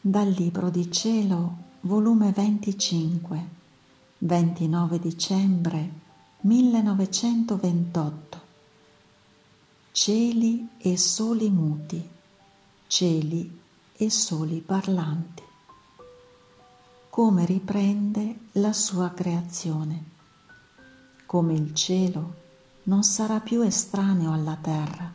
Dal Libro di Cielo, volume 25, 29 dicembre 1928. Cieli e soli muti, cieli e soli parlanti. Come riprende la sua creazione. Come il cielo non sarà più estraneo alla terra.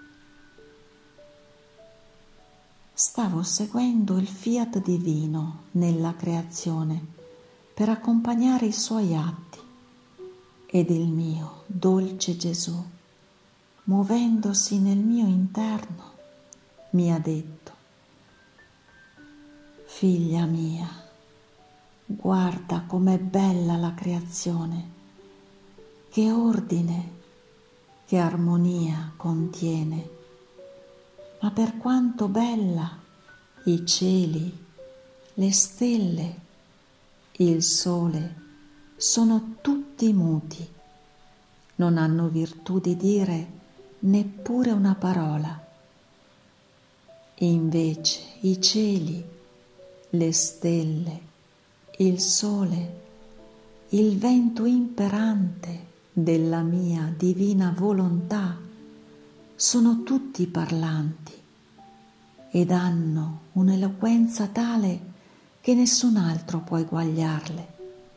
Stavo seguendo il fiat divino nella creazione per accompagnare i suoi atti ed il mio dolce Gesù, muovendosi nel mio interno, mi ha detto: figlia mia, guarda com'è bella la creazione, che ordine, che armonia contiene. Ma per quanto bella, i cieli, le stelle, il sole sono tutti muti, non hanno virtù di dire neppure una parola. Invece i cieli, le stelle, il sole, il vento imperante della mia divina volontà sono tutti parlanti ed hanno un'eloquenza tale che nessun altro può eguagliarle.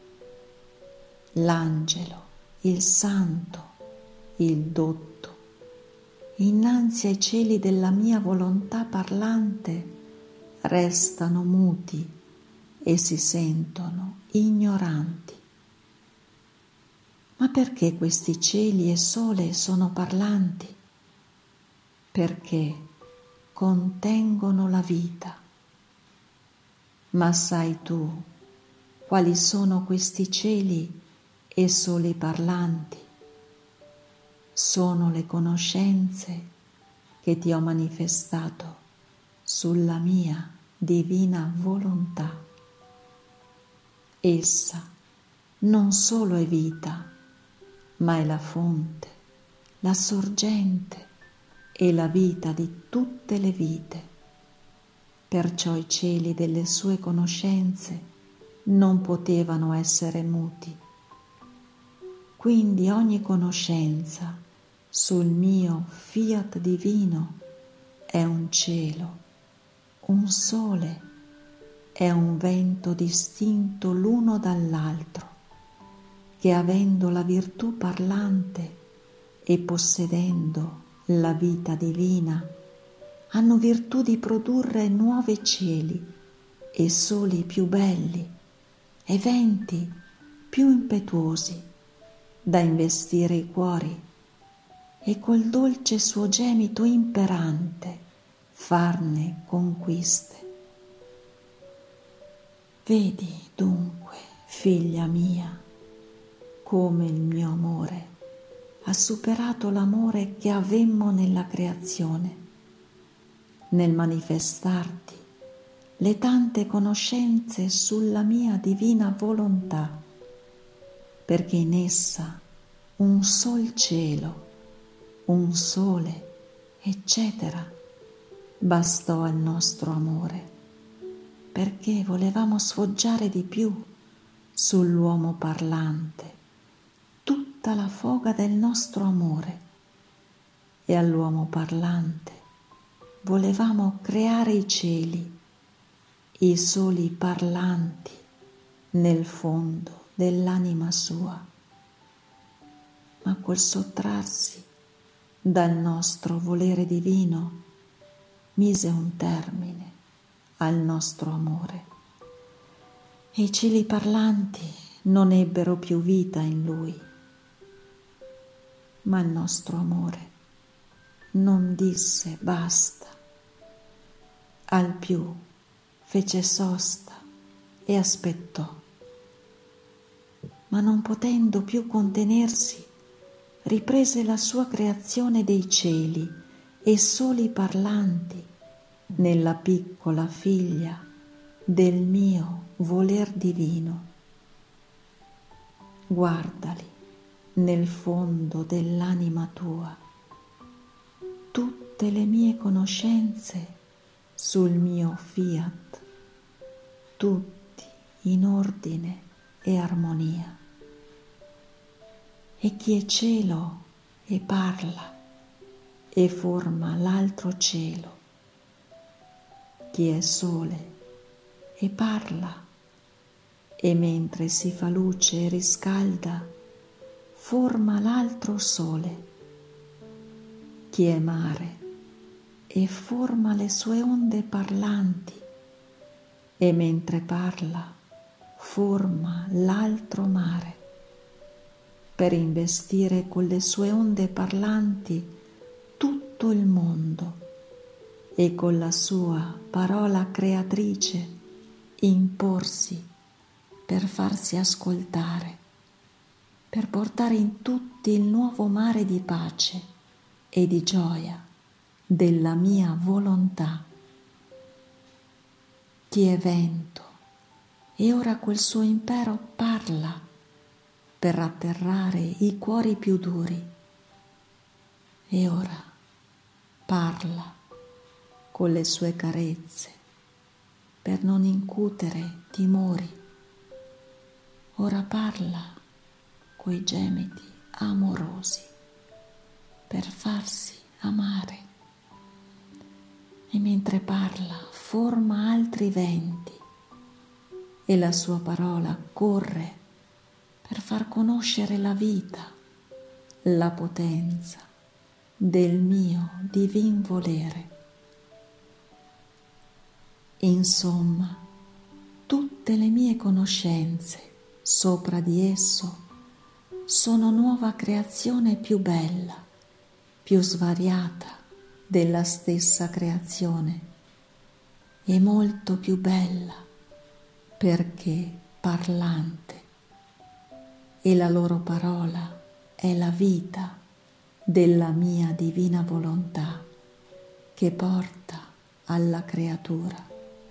L'angelo, il santo, il dotto, innanzi ai cieli della mia volontà parlante, restano muti e si sentono ignoranti. Ma perché questi cieli e sole sono parlanti? Perché contengono la vita. Ma sai tu quali sono questi cieli e soli parlanti? Sono le conoscenze che ti ho manifestato sulla mia divina volontà. Essa non solo è vita, ma è la fonte, la sorgente e la vita di tutte le vite. Perciò i cieli delle sue conoscenze non potevano essere muti. Quindi ogni conoscenza sul mio fiat divino è un cielo, un sole, è un vento distinto l'uno dall'altro, che avendo la virtù parlante e possedendo la vita divina, hanno virtù di produrre nuovi cieli e soli più belli e venti più impetuosi da investire i cuori e col dolce suo gemito imperante farne conquiste. Vedi dunque, figlia mia, come il mio amore ha superato l'amore che avemmo nella creazione, nel manifestarti le tante conoscenze sulla mia divina volontà, perché in essa un sol cielo, un sole, eccetera, bastò al nostro amore, perché volevamo sfoggiare di più sull'uomo parlante tutta la foga del nostro amore, e all'uomo parlante volevamo creare i cieli, i soli parlanti nel fondo dell'anima sua. Ma quel sottrarsi dal nostro volere divino mise un termine al nostro amore, e i cieli parlanti non ebbero più vita in lui. Ma il nostro amore non disse basta, al più fece sosta e aspettò, ma non potendo più contenersi, riprese la sua creazione dei cieli e soli parlanti nella piccola figlia del mio voler divino. Guardali nel fondo dell'anima tua, tutte le mie conoscenze sul mio fiat tutti in ordine e armonia. E chi è cielo e parla e forma l'altro cielo, chi è sole e parla e mentre si fa luce e riscalda forma l'altro sole, chi è mare e forma le sue onde parlanti e mentre parla forma l'altro mare, per investire con le sue onde parlanti tutto il mondo e con la sua parola creatrice imporsi per farsi ascoltare, per portare in tutti il nuovo mare di pace e di gioia della mia volontà. Chi è vento e ora quel suo impero parla per atterrare i cuori più duri e ora parla con le sue carezze per non incutere timori. Ora parla coi gemiti amorosi per farsi amare e mentre parla forma altri venti e la sua parola corre per far conoscere la vita, la potenza del mio divin volere. Insomma, tutte le mie conoscenze sopra di esso sono nuova creazione più bella, più svariata della stessa creazione e molto più bella perché parlante, e la loro parola è la vita della mia divina volontà che porta alla creatura.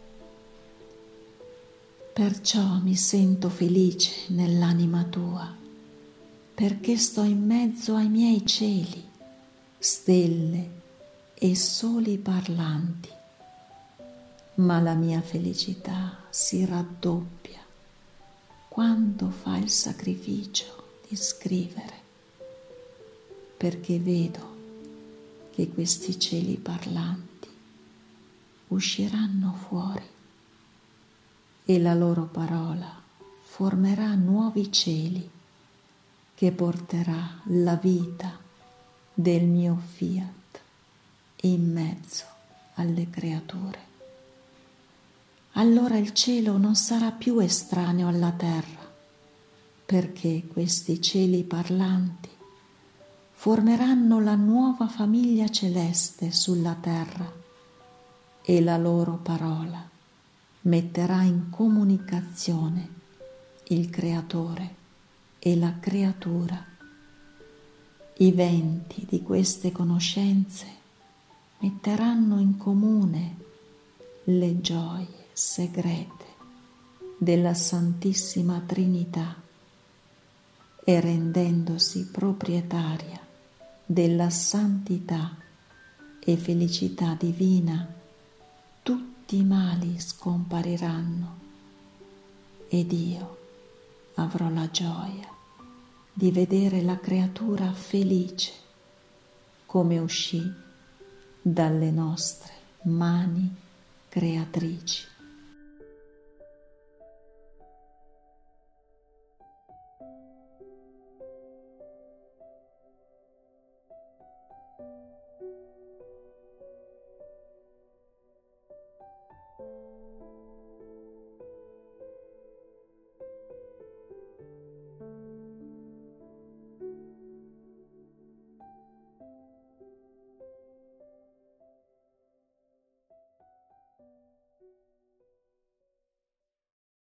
Perciò mi sento felice nell'anima tua, perché sto in mezzo ai miei cieli, stelle e soli parlanti, ma la mia felicità si raddoppia quando fa il sacrificio di scrivere, perché vedo che questi cieli parlanti usciranno fuori e la loro parola formerà nuovi cieli che porterà la vita del mio fiat in mezzo alle creature. Allora il cielo non sarà più estraneo alla terra, perché questi cieli parlanti formeranno la nuova famiglia celeste sulla terra e la loro parola metterà in comunicazione il creatore e la creatura. I venti di queste conoscenze metteranno in comune le gioie segrete della Santissima Trinità e rendendosi proprietaria della santità e felicità divina, tutti i mali scompariranno ed io avrò la gioia di vedere la creatura felice come uscì dalle nostre mani creatrici.